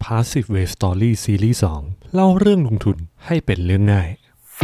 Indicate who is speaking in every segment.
Speaker 1: Passive Way Story ซีรีส์ 2 เล่าเรื่องลงทุนให้เป็นเรื่องง่าย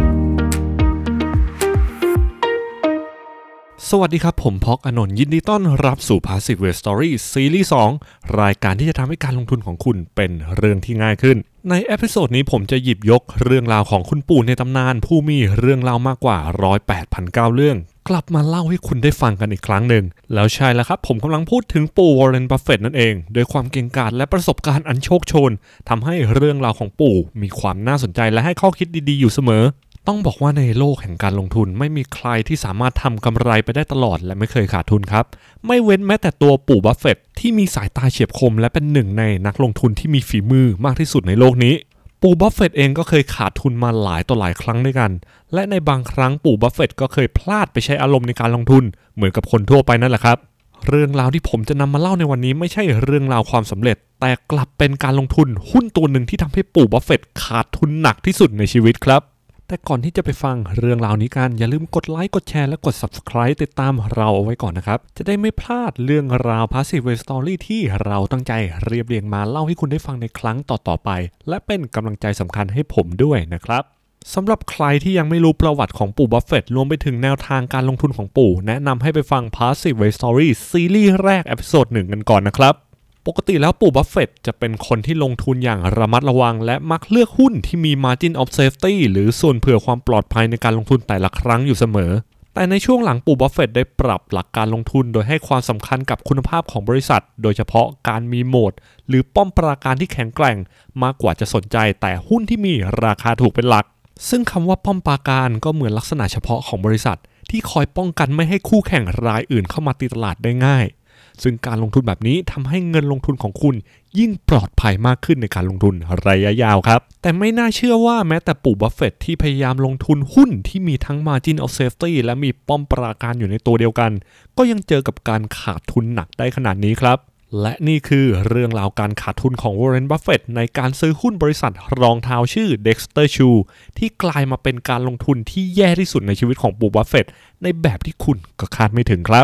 Speaker 1: สวัสดีครับผมพ็อกอานนท์ยินดีต้อนรับสู่ Passive Way Story ซีรีส์ 2 รายการที่จะทำให้การลงทุนของคุณเป็นเรื่องที่ง่ายขึ้นในเอพิโซดนี้ผมจะหยิบยกเรื่องราวของคุณปู่ในตำนานผู้มีเรื่องเล่ามากกว่า 108,900 เรื่องกลับมาเล่าให้คุณได้ฟังกันอีกครั้งหนึ่งแล้วใช่แล้วครับผมกำลังพูดถึงปู่วอร์เรน บัฟเฟตต์นั่นเองโดยความเก่งกาจและประสบการณ์อันโชคโชนทำให้เรื่องราวของปู่มีความน่าสนใจและให้ข้อคิดดีๆอยู่เสมอต้องบอกว่าในโลกแห่งการลงทุนไม่มีใครที่สามารถทำกำไรไปได้ตลอดและไม่เคยขาดทุนครับไม่เว้นแม้แต่ตัวปู่บัฟเฟตต์ที่มีสายตาเฉียบคมและเป็นหนึ่งในนักลงทุนที่มีฝีมือมากที่สุดในโลกนี้ปู่บัฟเฟตต์เองก็เคยขาดทุนมาหลายต่อหลายครั้งด้วยกันและในบางครั้งปู่บัฟเฟตต์ก็เคยพลาดไปใช้อารมณ์ในการลงทุนเหมือนกับคนทั่วไปนั่นแหละครับเรื่องราวที่ผมจะนำมาเล่าในวันนี้ไม่ใช่เรื่องราวความสำเร็จแต่กลับเป็นการลงทุนหุ้นตัวหนึ่งที่ทำให้ปู่บัฟเฟตต์ขาดทุนหนักที่สุดในชีวิตครับแต่ก่อนที่จะไปฟังเรื่องราวนี้กันอย่าลืมกดไลค์กดแชร์และกด Subscribe ติดตามเราเอาไว้ก่อนนะครับจะได้ไม่พลาดเรื่องราว Passive Way Story ที่เราตั้งใจเรียบเรียงมาเล่าให้คุณได้ฟังในครั้งต่อๆไปและเป็นกำลังใจสำคัญให้ผมด้วยนะครับสำหรับใครที่ยังไม่รู้ประวัติของปู่บัฟเฟตต์รวมไปถึงแนวทางการลงทุนของปู่แนะนำให้ไปฟัง Passive Way Story ซีรีส์แรกเอพิโซด 1กันก่อนนะครับปกติแล้วปู่บัฟเฟตต์จะเป็นคนที่ลงทุนอย่างระมัดระวังและมักเลือกหุ้นที่มี Margin of Safety หรือส่วนเผื่อความปลอดภัยในการลงทุนแต่ละครั้งอยู่เสมอแต่ในช่วงหลังปู่บัฟเฟตต์ได้ปรับหลักการลงทุนโดยให้ความสำคัญกับคุณภาพของบริษัทโดยเฉพาะการมีโหมดหรือป้อมปราการที่แข็งแกร่งมากกว่าจะสนใจแต่หุ้นที่มีราคาถูกเป็นหลักซึ่งคำว่าป้อมปราการก็เหมือนลักษณะเฉพาะของบริษัทที่คอยป้องกันไม่ให้คู่แข่งรายอื่นเข้ามาตีตลาดได้ง่ายซึ่งการลงทุนแบบนี้ทำให้เงินลงทุนของคุณยิ่งปลอดภัยมากขึ้นในการลงทุนระยะยาวครับแต่ไม่น่าเชื่อว่าแม้แต่ปู่บัฟเฟตต์ที่พยายามลงทุนหุ้นที่มีทั้ง Margin of Safety และมีป้อมปราการอยู่ในตัวเดียวกันก็ยังเจอกับการขาดทุนหนักได้ขนาดนี้ครับและนี่คือเรื่องราวการขาดทุนของวอร์เรน บัฟเฟตต์ในการซื้อหุ้นบริษัทรองเท้าชื่อ Dexter Shoe ที่กลายมาเป็นการลงทุนที่แย่ที่สุดในชีวิตของปู่บัฟเฟตต์ในแบบที่คุณก็คาดไม่ถึงครับ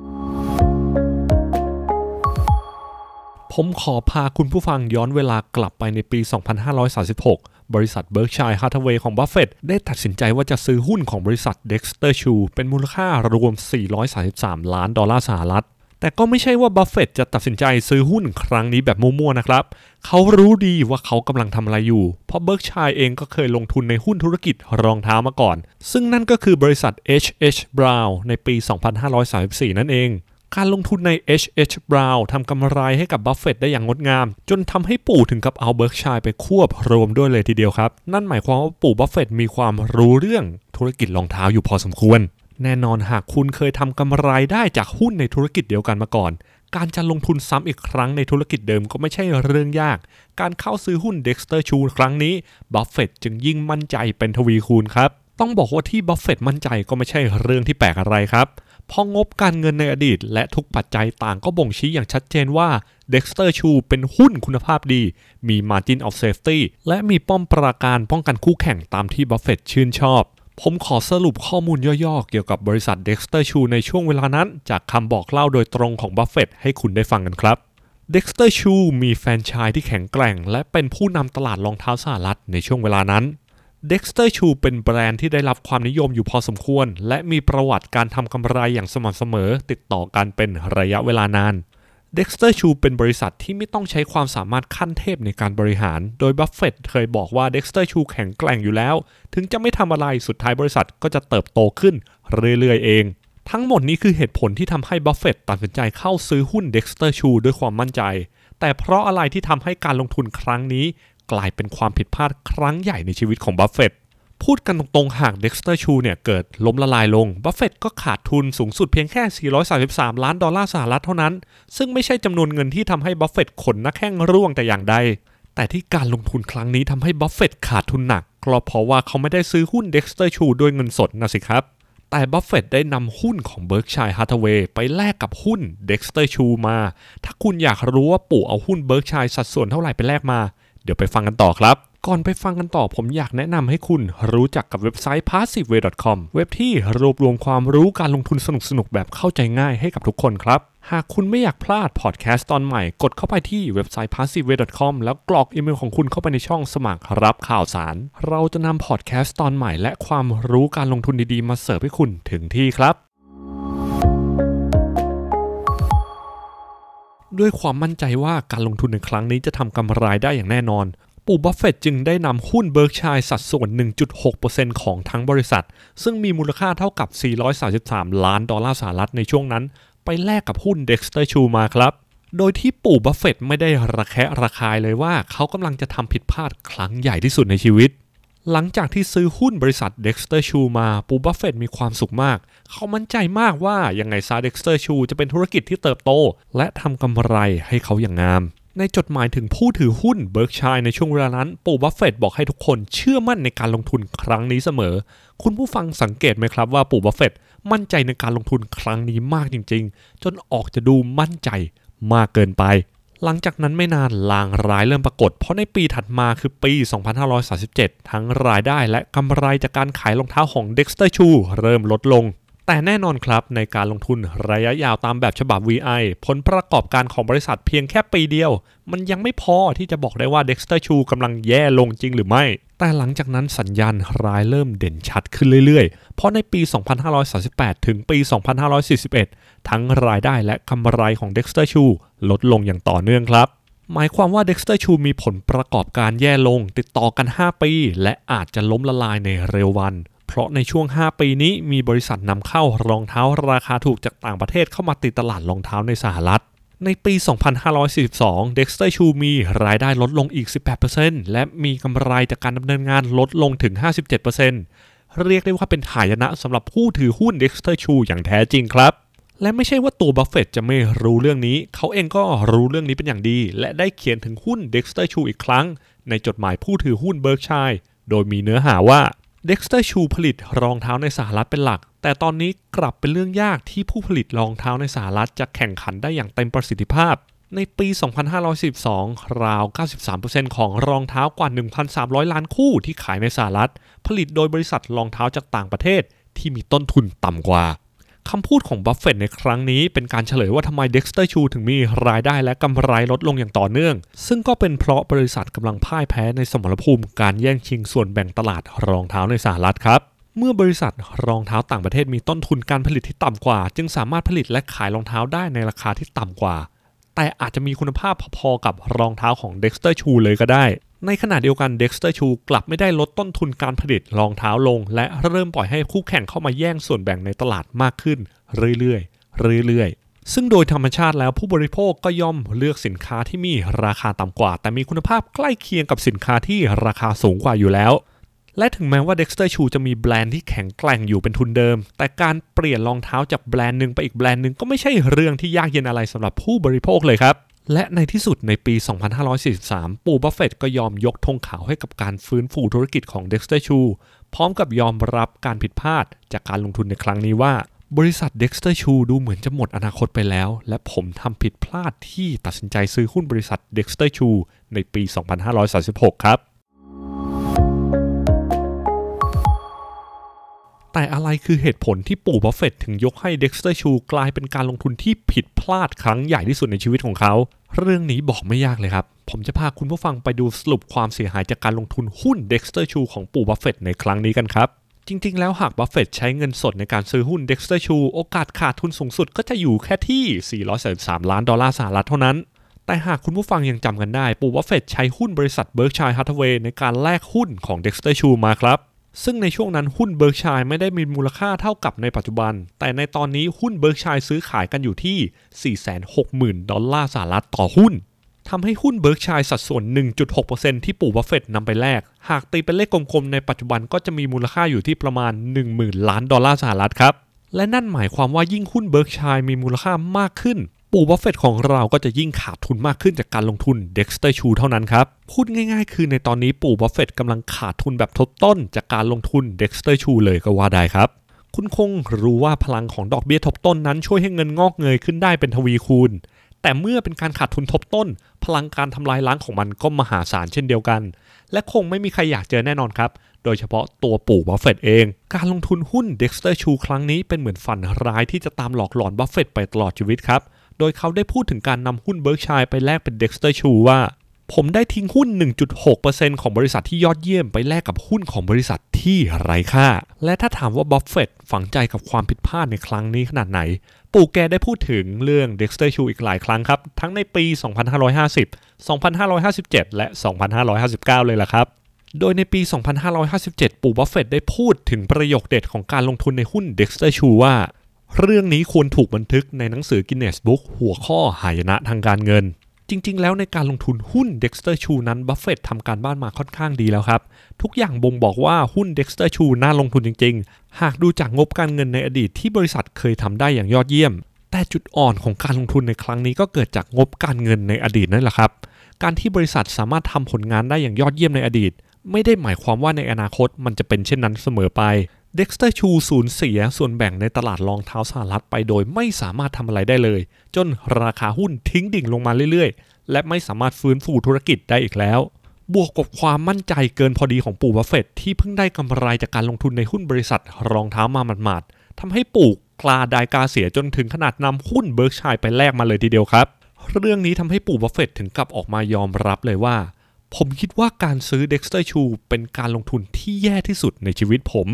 Speaker 1: ผมขอพาคุณผู้ฟังย้อนเวลากลับไปในปี 2536 บริษัท Berkshire Hathaway ของบัฟเฟตต์ได้ตัดสินใจว่าจะซื้อหุ้นของบริษัท Dexter Shoe เป็นมูลค่ารวม$433 ล้านสหรัฐแต่ก็ไม่ใช่ว่าบัฟเฟตต์จะตัดสินใจซื้อหุ้นครั้งนี้แบบมั่วๆนะครับเขารู้ดีว่าเขากำลังทำอะไรอยู่เพราะ Berkshire เองก็เคยลงทุนในหุ้นธุรกิจรองเท้ามาก่อนซึ่งนั่นก็คือบริษัท H.H. Brown ในปี 2534 นั่นเองการลงทุนใน H.H. Brown ทำกำไรให้กับบัฟเฟตต์ได้อย่างงดงามจนทำให้ปู่ถึงกับเอาเบิร์กชัยไปควบรวมด้วยเลยทีเดียวครับนั่นหมายความว่าปู่บัฟเฟตต์มีความรู้เรื่องธุรกิจรองเท้าอยู่พอสมควรแน่นอนหากคุณเคยทำกำไรได้จากหุ้นในธุรกิจเดียวกันมาก่อนการจะลงทุนซ้ำอีกครั้งในธุรกิจเดิมก็ไม่ใช่เรื่องยากการเข้าซื้อหุ้น Dexter Shoe ครั้งนี้บัฟเฟตต์จึงยิ่งมั่นใจเป็นทวีคูณครับต้องบอกว่าที่บัฟเฟตต์มั่นใจก็ไม่ใช่เรื่องที่แปลกอะไรครับเพราะงบการเงินในอดีตและทุกปัจจัยต่างก็บ่งชี้อย่างชัดเจนว่า Dexter Shoe เป็นหุ้นคุณภาพดีมี Margin of Safety และมีป้อมปราการป้องกันคู่แข่งตามที่บัฟเฟตต์ชื่นชอบผมขอสรุปข้อมูลย่อๆเกี่ยวกับบริษัท Dexter Shoe ในช่วงเวลานั้นจากคำบอกเล่าโดยตรงของบัฟเฟตต์ให้คุณได้ฟังกันครับ Dexter Shoe มีแฟรนไชส์ที่แข็งแกร่งและเป็นผู้นำตลาดรองเท้าสหรัฐในช่วงเวลานั้นDexter Shoe เป็นแบรนด์ที่ได้รับความนิยมอยู่พอสมควรและมีประวัติการทำกำไรอย่างสม่ำเสมอติดต่อกันเป็นระยะเวลานาน Dexter Shoe เป็นบริษัทที่ไม่ต้องใช้ความสามารถขั้นเทพในการบริหารโดยบัฟเฟตต์เคยบอกว่า Dexter Shoe แข็งแกร่งอยู่แล้วถึงจะไม่ทำอะไรสุดท้ายบริษัทก็จะเติบโตขึ้นเรื่อยๆเองทั้งหมดนี้คือเหตุผลที่ทำให้บัฟเฟตต์ตัดสินใจเข้าซื้อหุ้น Dexter Shoe ด้วยความมั่นใจแต่เพราะอะไรที่ทำให้การลงทุนครั้งนี้กลายเป็นความผิดพลาดครั้งใหญ่ในชีวิตของบัฟเฟตต์พูดกันตรงๆหาก Dexter Shoe เนี่ยเกิดล้มละลายลงบัฟเฟตต์ก็ขาดทุนสูงสุดเพียงแค่$433 ล้านสหรัฐเท่านั้นซึ่งไม่ใช่จำนวนเงินที่ทำให้บัฟเฟตต์ขนหน้าแข้งร่วงแต่อย่างใดแต่ที่การลงทุนครั้งนี้ทำให้บัฟเฟตต์ขาดทุนหนักก็เพราะว่าเขาไม่ได้ซื้อหุ้น Dexter Shoe ด้วยเงินสดนะสิครับแต่บัฟเฟตต์ได้นำหุ้นของ Berkshire Hathaway ไปแลกกับหุ้น Dexter Shoe มาถ้าคุณอยากรู้ว่าปู่เอาหุ้น Berkshire สัดส่วนเท่าไหร่ไปแลกมาเดี๋ยวไปฟังกันต่อครับก่อนไปฟังกันต่อผมอยากแนะนำให้คุณรู้จักกับเว็บไซต์ passiveway.com เว็บที่รวบรวมความรู้การลงทุนสนุกๆแบบเข้าใจง่ายให้กับทุกคนครับหากคุณไม่อยากพลาดพอดแคสต์ตอนใหม่กดเข้าไปที่เว็บไซต์ passiveway.com แล้วกรอกอีเมลของคุณเข้าไปในช่องสมัครรับข่าวสารเราจะนำพอดแคสต์ตอนใหม่และความรู้การลงทุนดีๆมาเสิร์ฟให้คุณถึงที่ครับด้วยความมั่นใจว่าการลงทุนในครั้งนี้จะทำกำไรได้อย่างแน่นอนปู่บัฟเฟตต์จึงได้นำหุ้นเบิร์กชัยสัดส่วน 1.6% ของทั้งบริษัทซึ่งมีมูลค่าเท่ากับ$433 ล้านในช่วงนั้นไปแลกกับหุ้น Dexter Chu มาครับโดยที่ปู่บัฟเฟตต์ไม่ได้ระแคะระคายเลยว่าเขากำลังจะทำผิดพลาดครั้งใหญ่ที่สุดในชีวิตหลังจากที่ซื้อหุ้นบริษัท Dexter Chu มาปู่บัฟเฟตต์มีความสุขมากเขามั่นใจมากว่ายังไงซะ Dexter Chu จะเป็นธุรกิจที่เติบโตและทำกำไรให้เขาอย่างงามในจดหมายถึงผู้ถือหุ้นเบิร์กชัยในช่วงเวลานั้นปู่บัฟเฟตต์บอกให้ทุกคนเชื่อมั่นในการลงทุนครั้งนี้เสมอคุณผู้ฟังสังเกตไหมครับว่าปู่บัฟเฟตต์มั่นใจในการลงทุนครั้งนี้มากจริงๆจนออกจะดูมั่นใจมากเกินไปหลังจากนั้นไม่นานลางร้ายเริ่มปรากฏเพราะในปีถัดมาคือปี 2537 ทั้งรายได้และกำไรจากการขายรองเท้าของ Dexter Chu เริ่มลดลงแต่แน่นอนครับในการลงทุนระยะยาวตามแบบฉบับ VI ผลประกอบการของบริษัทเพียงแค่ปีเดียวมันยังไม่พอที่จะบอกได้ว่า Dexter Chu กำลังแย่ลงจริงหรือไม่แต่หลังจากนั้นสัญญาณร้ายเริ่มเด่นชัดขึ้นเรื่อยๆเพราะในปี 2538 ถึงปี 2541 ทั้งรายได้และกำไรของ Dexter Chu ลดลงอย่างต่อเนื่องครับหมายความว่า Dexter Chu มีผลประกอบการแย่ลงติดต่อกัน 5 ปีและอาจจะล้มละลายในเร็ววันเพราะในช่วง 5 ปีนี้มีบริษัทนำเข้ารองเท้าราคาถูกจากต่างประเทศเข้ามาตีตลาดรองเท้าในสหรัฐในปี 2542 Dexter Chu มีรายได้ลดลงอีก 18% และมีกำไรจากการดำเนินงานลดลงถึง 57% เรียกได้ว่าเป็นหายนะสำหรับผู้ถือหุ้น Dexter Chu อย่างแท้จริงครับและไม่ใช่ว่าตัวบัฟเฟตต์จะไม่รู้เรื่องนี้เขาเองก็รู้เรื่องนี้เป็นอย่างดีและได้เขียนถึงหุ้น Dexter Chu อีกครั้งในจดหมายผู้ถือหุ้นเบิร์กชัยโดยมีเนื้อหาว่าDexter Chu ผลิตรองเท้าในสหรัฐเป็นหลักแต่ตอนนี้กลับเป็นเรื่องยากที่ผู้ผลิตรองเท้าในสหรัฐจะแข่งขันได้อย่างเต็มประสิทธิภาพในปี 2512 ราว 93% ของรองเท้ากว่า 1,300 ล้านคู่ที่ขายในสหรัฐผลิตโดยบริษัทรองเท้าจากต่างประเทศที่มีต้นทุนต่ำกว่าคำพูดของบัฟเฟตต์ในครั้งนี้เป็นการเฉลยว่าทำไม Dexter Chu ถึงมีรายได้และกำไรลดลงอย่างต่อเนื่องซึ่งก็เป็นเพราะบริษัทกำลังพ่ายแพ้ในสมรภูมิการแย่งชิงส่วนแบ่งตลาดรองเท้าในสหรัฐครับเมื่อบริษัทรองเท้าต่างประเทศมีต้นทุนการผลิตที่ต่ำกว่าจึงสามารถผลิตและขายรองเท้าได้ในราคาที่ต่ำกว่าแต่อาจจะมีคุณภาพพอๆกับรองเท้าของ Dexter Chu เลยก็ได้ในขณะเดียวกัน Dexter Chu กลับไม่ได้ลดต้นทุนการผลิตรองเท้าลงและเริ่มปล่อยให้คู่แข่งเข้ามาแย่งส่วนแบ่งในตลาดมากขึ้นเรื่อยๆซึ่งโดยธรรมชาติแล้วผู้บริโภคก็ย่อมเลือกสินค้าที่มีราคาต่ำกว่าแต่มีคุณภาพใกล้เคียงกับสินค้าที่ราคาสูงกว่าอยู่แล้วและถึงแม้ว่า Dexter Chu จะมีแบรนด์ที่แข็งแกร่งอยู่เป็นทุนเดิมแต่การเปลี่ยนรองเท้าจากแบรนด์หนึ่งไปอีกแบรนด์หนึ่งก็ไม่ใช่เรื่องที่ยากเย็นอะไรสำหรับผู้บริโภคเลยครับและในที่สุดในปี 2543 ปู่บัฟเฟตต์ก็ยอมยกธงขาวให้กับการฟื้นฟูธุรกิจของ Dexter Chu พร้อมกับยอมรับการผิดพลาดจากการลงทุนในครั้งนี้ว่าบริษัท Dexter Chu ดูเหมือนจะหมดอนาคตไปแล้วและผมทำผิดพลาดที่ตัดสินใจซื้อหุ้นบริษัท Dexter Chu ในปี 2536 ครับแต่อะไรคือเหตุผลที่ปู่บัฟเฟตต์ถึงยกให้ Dexter Chu กลายเป็นการลงทุนที่ผิดพลาดครั้งใหญ่ที่สุดในชีวิตของเขาเรื่องนี้บอกไม่ยากเลยครับผมจะพาคุณผู้ฟังไปดูสรุปความเสียหายจากการลงทุนหุ้น Dexter Chu ของปู่บัฟเฟตต์ในครั้งนี้กันครับจริงๆแล้วหากบัฟเฟตต์ใช้เงินสดในการซื้อหุ้น Dexter Chu โอกาสขาดทุนสูงสุดก็จะอยู่แค่ที่$433 ล้านเท่านั้นแต่หากคุณผู้ฟังยังจำกันได้ปู่บัฟเฟตต์ใช้หุ้นบริษัท Berkshire Hathaway ในการแลกหุ้นของ Dexter Chu มาครับซึ่งในช่วงนั้นหุ้น Berkshire ไม่ได้มีมูลค่าเท่ากับในปัจจุบันแต่ในตอนนี้หุ้น Berkshire ซื้อขายกันอยู่ที่$460,000 ต่อหุ้นทำให้หุ้น Berkshire สัดส่วน 1.6% ที่ปู่บัฟเฟตต์นำไปแลกหากตีเป็นเลขกลมๆในปัจจุบันก็จะมีมูลค่าอยู่ที่ประมาณ$10,000 ล้านครับและนั่นหมายความว่ายิ่งหุ้น Berkshire มีมูลค่ามากขึ้นปู่บัฟเฟตต์ของเราก็จะยิ่งขาดทุนมากขึ้นจากการลงทุน Dexter Chu เท่านั้นครับพูดง่ายๆคือในตอนนี้ปู่บัฟเฟตต์กำลังขาดทุนแบบทบต้นจากการลงทุน Dexter Chu เลยก็ว่าได้ครับคุณคงรู้ว่าพลังของดอกเบี้ยทบต้นนั้นช่วยให้เงินงอกเงยขึ้นได้เป็นทวีคูณแต่เมื่อเป็นการขาดทุนทบต้นพลังการทำลายล้างของมันก็มหาศาลเช่นเดียวกันและคงไม่มีใครอยากเจอแน่นอนครับโดยเฉพาะตัวปู่บัฟเฟตต์เองการลงทุนหุ้น Dexter Chu ครั้งนี้เป็นเหมือนฝันร้ายที่จะตามหลอกหลอนบัฟเฟตต์ไปตลอดชีวิตครับโดยเขาได้พูดถึงการนำหุ้นเบิร์กชัยไปแลกเป็น Dexter Chu ว่าผมได้ทิ้งหุ้น 1.6% ของบริษัทที่ยอดเยี่ยมไปแลกกับหุ้นของบริษัทที่ไร้ค่าและถ้าถามว่าบัฟเฟตต์ฝังใจกับความผิดพลาดในครั้งนี้ขนาดไหนปู่แกได้พูดถึงเรื่อง Dexter Chu อีกหลายครั้งครับทั้งในปี 2550 2557 และ 2559 เลยล่ะครับโดยในปี 2557 ปู่บัฟเฟตต์ได้พูดถึงประโยคเด็ดของการลงทุนในหุ้น Dexter Chu ว่าเรื่องนี้ควรถูกบันทึกในหนังสือ Guinness Book หัวข้อหายนะทางการเงินจริงๆแล้วในการลงทุนหุ้น Dexter Chu นั้นบัฟเฟตต์ทำการบ้านมาค่อนข้างดีแล้วครับทุกอย่างบ่งบอกว่าหุ้น Dexter Chu น่าลงทุนจริงๆหากดูจากงบการเงินในอดีตที่บริษัทเคยทำได้อย่างยอดเยี่ยมแต่จุดอ่อนของการลงทุนในครั้งนี้ก็เกิดจากงบการเงินในอดีตนั่นแหละครับการที่บริษัทสามารถทำผลงานได้อย่างยอดเยี่ยมในอดีตไม่ได้หมายความว่าในอนาคตมันจะเป็นเช่นนั้นเสมอไป Dexter Chu สูญเสียส่วนแบ่งในตลาดรองเท้าสหรัฐไปโดยไม่สามารถทำอะไรได้เลยจนราคาหุ้นทิ้งดิ่งลงมาเรื่อยๆและไม่สามารถฟื้นฟูธุรกิจได้อีกแล้วบวกกับความมั่นใจเกินพอดีของปู่บัฟเฟตต์ที่เพิ่งได้กำไรจากการลงทุนในหุ้นบริษัทรองเท้ามาหมาดๆทำให้ปู่กล้าได้กล้าเสียจนถึงขนาดนำหุ้นเบิร์กชัยไปแลกมาเลยทีเดียวครับเรื่องนี้ทำให้ปู่บัฟเฟตต์ถึงกับออกมายอมรับเลยว่าผมคิดว่าการซื้อ Dexter Chu เป็นการลงทุนที่แย่ที่สุดในชีวิตผม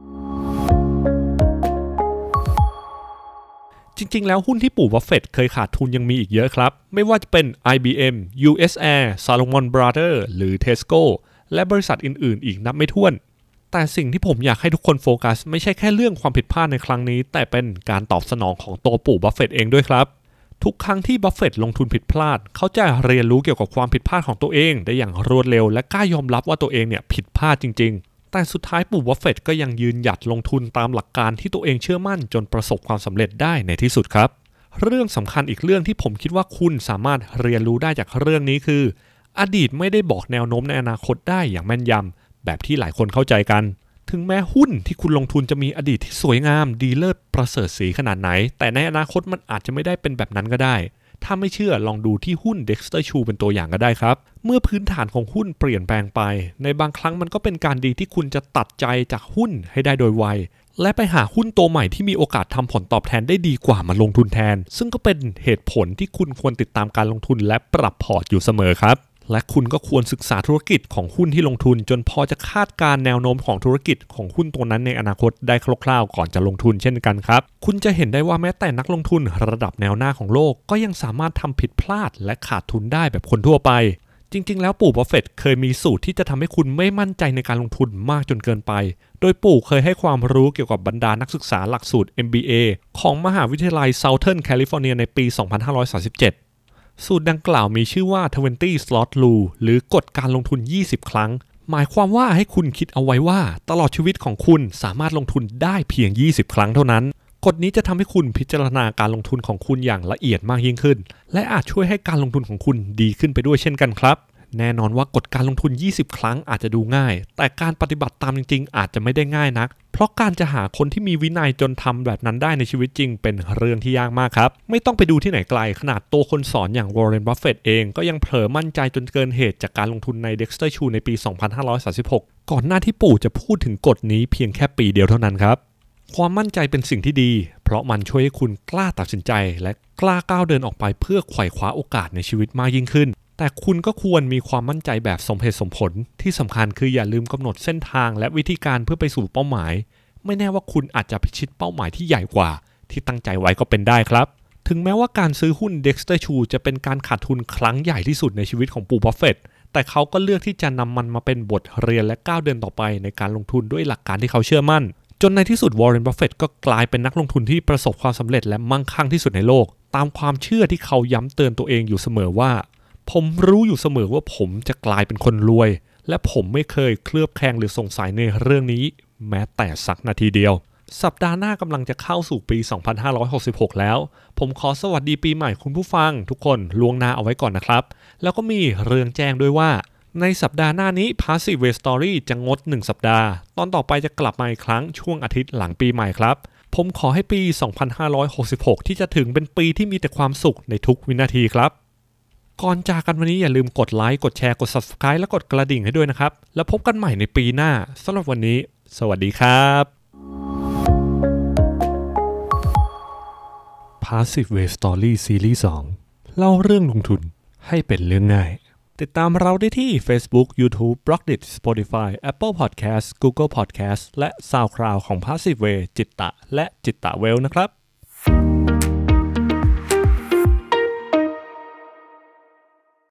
Speaker 1: จริงๆแล้วหุ้นที่ปู่บัฟเฟตต์เคยขาดทุนยังมีอีกเยอะครับไม่ว่าจะเป็น IBM US Air Salomon Brothers หรือ Tesco และบริษัทอื่นๆอีกนับไม่ถ้วนแต่สิ่งที่ผมอยากให้ทุกคนโฟกัสไม่ใช่แค่เรื่องความผิดพลาดในครั้งนี้แต่เป็นการตอบสนองของตัวปู่บัฟเฟตต์เองด้วยครับทุกครั้งที่บัฟเฟตต์ลงทุนผิดพลาดเขาจะเรียนรู้เกี่ยวกับความผิดพลาดของตัวเองได้อย่างรวดเร็วและกล้ายอมรับว่าตัวเองเนี่ยผิดพลาดจริงๆแต่สุดท้ายปู่บัฟเฟตต์ก็ยังยืนหยัดลงทุนตามหลักการที่ตัวเองเชื่อมั่นจนประสบความสำเร็จได้ในที่สุดครับเรื่องสำคัญอีกเรื่องที่ผมคิดว่าคุณสามารถเรียนรู้ได้จากเรื่องนี้คืออดีตไม่ได้บอกแนวโน้มในอนาคตได้อย่างแม่นยำแบบที่หลายคนเข้าใจกันถึงแม้หุ้นที่คุณลงทุนจะมีอดีตที่สวยงามดีเลิศประเสริฐศรีขนาดไหนแต่ในอนาคตมันอาจจะไม่ได้เป็นแบบนั้นก็ได้ถ้าไม่เชื่อลองดูที่หุ้น Dexter Chu เป็นตัวอย่างก็ได้ครับเมื่อพื้นฐานของหุ้นเปลี่ยนแปลงไปในบางครั้งมันก็เป็นการดีที่คุณจะตัดใจจากหุ้นให้ได้โดยไวและไปหาหุ้นตัวใหม่ที่มีโอกาสทำผลตอบแทนได้ดีกว่ามาลงทุนแทนซึ่งก็เป็นเหตุผลที่คุณควรติดตามการลงทุนและปรับพอร์ตอยู่เสมอครับและคุณก็ควรศึกษาธุรกิจของหุ้นที่ลงทุนจนพอจะคาดการแนวโน้มของธุรกิจของหุ้นตัวนั้นในอนาคตได้คร่าวๆก่อนจะลงทุนเช่นกันครับคุณจะเห็นได้ว่าแม้แต่นักลงทุนระดับแนวหน้าของโลกก็ยังสามารถทำผิดพลาดและขาดทุนได้แบบคนทั่วไปจริงๆแล้วปู่บัฟเฟตต์เคยมีสูตรที่จะทำให้คุณไม่มั่นใจในการลงทุนมากจนเกินไปโดยปู่เคยให้ความรู้เกี่ยวกับบรรดานักศึกษาหลักสูตร MBA ของมหาวิทยาลัย Southern California ในปี 2537สูตรดังกล่าวมีชื่อว่า 20 slot rule หรือกฎการลงทุน 20 ครั้งหมายความว่าให้คุณคิดเอาไว้ว่าตลอดชีวิตของคุณสามารถลงทุนได้เพียง 20 ครั้งเท่านั้นกฎนี้จะทำให้คุณพิจารณาการลงทุนของคุณอย่างละเอียดมากยิ่งขึ้นและอาจช่วยให้การลงทุนของคุณดีขึ้นไปด้วยเช่นกันครับแน่นอนว่ากฎการลงทุน 20 ครั้งอาจจะดูง่ายแต่การปฏิบัติตามจริงๆอาจจะไม่ได้ง่ายนักเพราะการจะหาคนที่มีวินัยจนทำแบบนั้นได้ในชีวิตจริงเป็นเรื่องที่ยากมากครับไม่ต้องไปดูที่ไหนไกลขนาดตัวคนสอนอย่างวอร์เรน บัฟเฟตต์เองก็ยังเผลอมั่นใจจนเกินเหตุจากการลงทุนใน Dexter Chu ในปี 2536 ก่อนหน้าที่ปู่จะพูดถึงกฎนี้เพียงแค่ปีเดียวเท่านั้นครับความมั่นใจเป็นสิ่งที่ดีเพราะมันช่วยให้คุณกล้าตัดสินใจและกล้าก้าวเดินออกไปเพื่อไขว่คว้าโอกาสในชีวิตมากยิ่งขึ้นแต่คุณก็ควรมีความมั่นใจแบบสมเหตุสมผลที่สำคัญคืออย่าลืมกำหนดเส้นทางและวิธีการเพื่อไปสู่เป้าหมายไม่แน่ว่าคุณอาจจะพิชิตเป้าหมายที่ใหญ่กว่าที่ตั้งใจไว้ก็เป็นได้ครับถึงแม้ว่าการซื้อหุ้น Dexter Chu จะเป็นการขาดทุนครั้งใหญ่ที่สุดในชีวิตของปู่บัฟเฟตต์แต่เขาก็เลือกที่จะนำมันมาเป็นบทเรียนและก้าวเดินต่อไปในการลงทุนด้วยหลักการที่เขาเชื่อมั่นจนในที่สุดวอร์เรน บัฟเฟตต์ก็กลายเป็นนักลงทุนที่ประสบความสำเร็จและมั่งคั่งที่สุดในโลกตามความเชื่อที่เขาย้ำเตือนตัวเองอยู่เสมอว่าผมรู้อยู่เสมอว่าผมจะกลายเป็นคนรวยและผมไม่เคยเคลือบแคลงหรือสงสัยในเรื่องนี้แม้แต่สักนาทีเดียวสัปดาห์หน้ากำลังจะเข้าสู่ปี 2566 แล้วผมขอสวัสดีปีใหม่คุณผู้ฟังทุกคนล่วงหน้าเอาไว้ก่อนนะครับแล้วก็มีเรื่องแจ้งด้วยว่าในสัปดาห์หน้านี้ Passive Way Story จะงด1สัปดาห์ตอนต่อไปจะกลับมาอีกครั้งช่วงอาทิตย์หลังปีใหม่ครับผมขอให้ปี 2566 ที่จะถึงเป็นปีที่มีแต่ความสุขในทุกวินาทีครับก่อนจากกันวันนี้อย่าลืมกดไลค์กดแชร์กด Subscribe และกดกระดิ่งให้ด้วยนะครับแล้วพบกันใหม่ในปีหน้าสำหรับวันนี้สวัสดีครับ Passive Way Story Series 2 เล่าเรื่องลงทุนให้เป็นเรื่องง่ายติดตามเราได้ที่ Facebook, YouTube, Blogdit, Spotify, Apple Podcast, Google Podcast และ SoundCloud ของ Passive Way จิตตะและจิตตะเวลนะครับ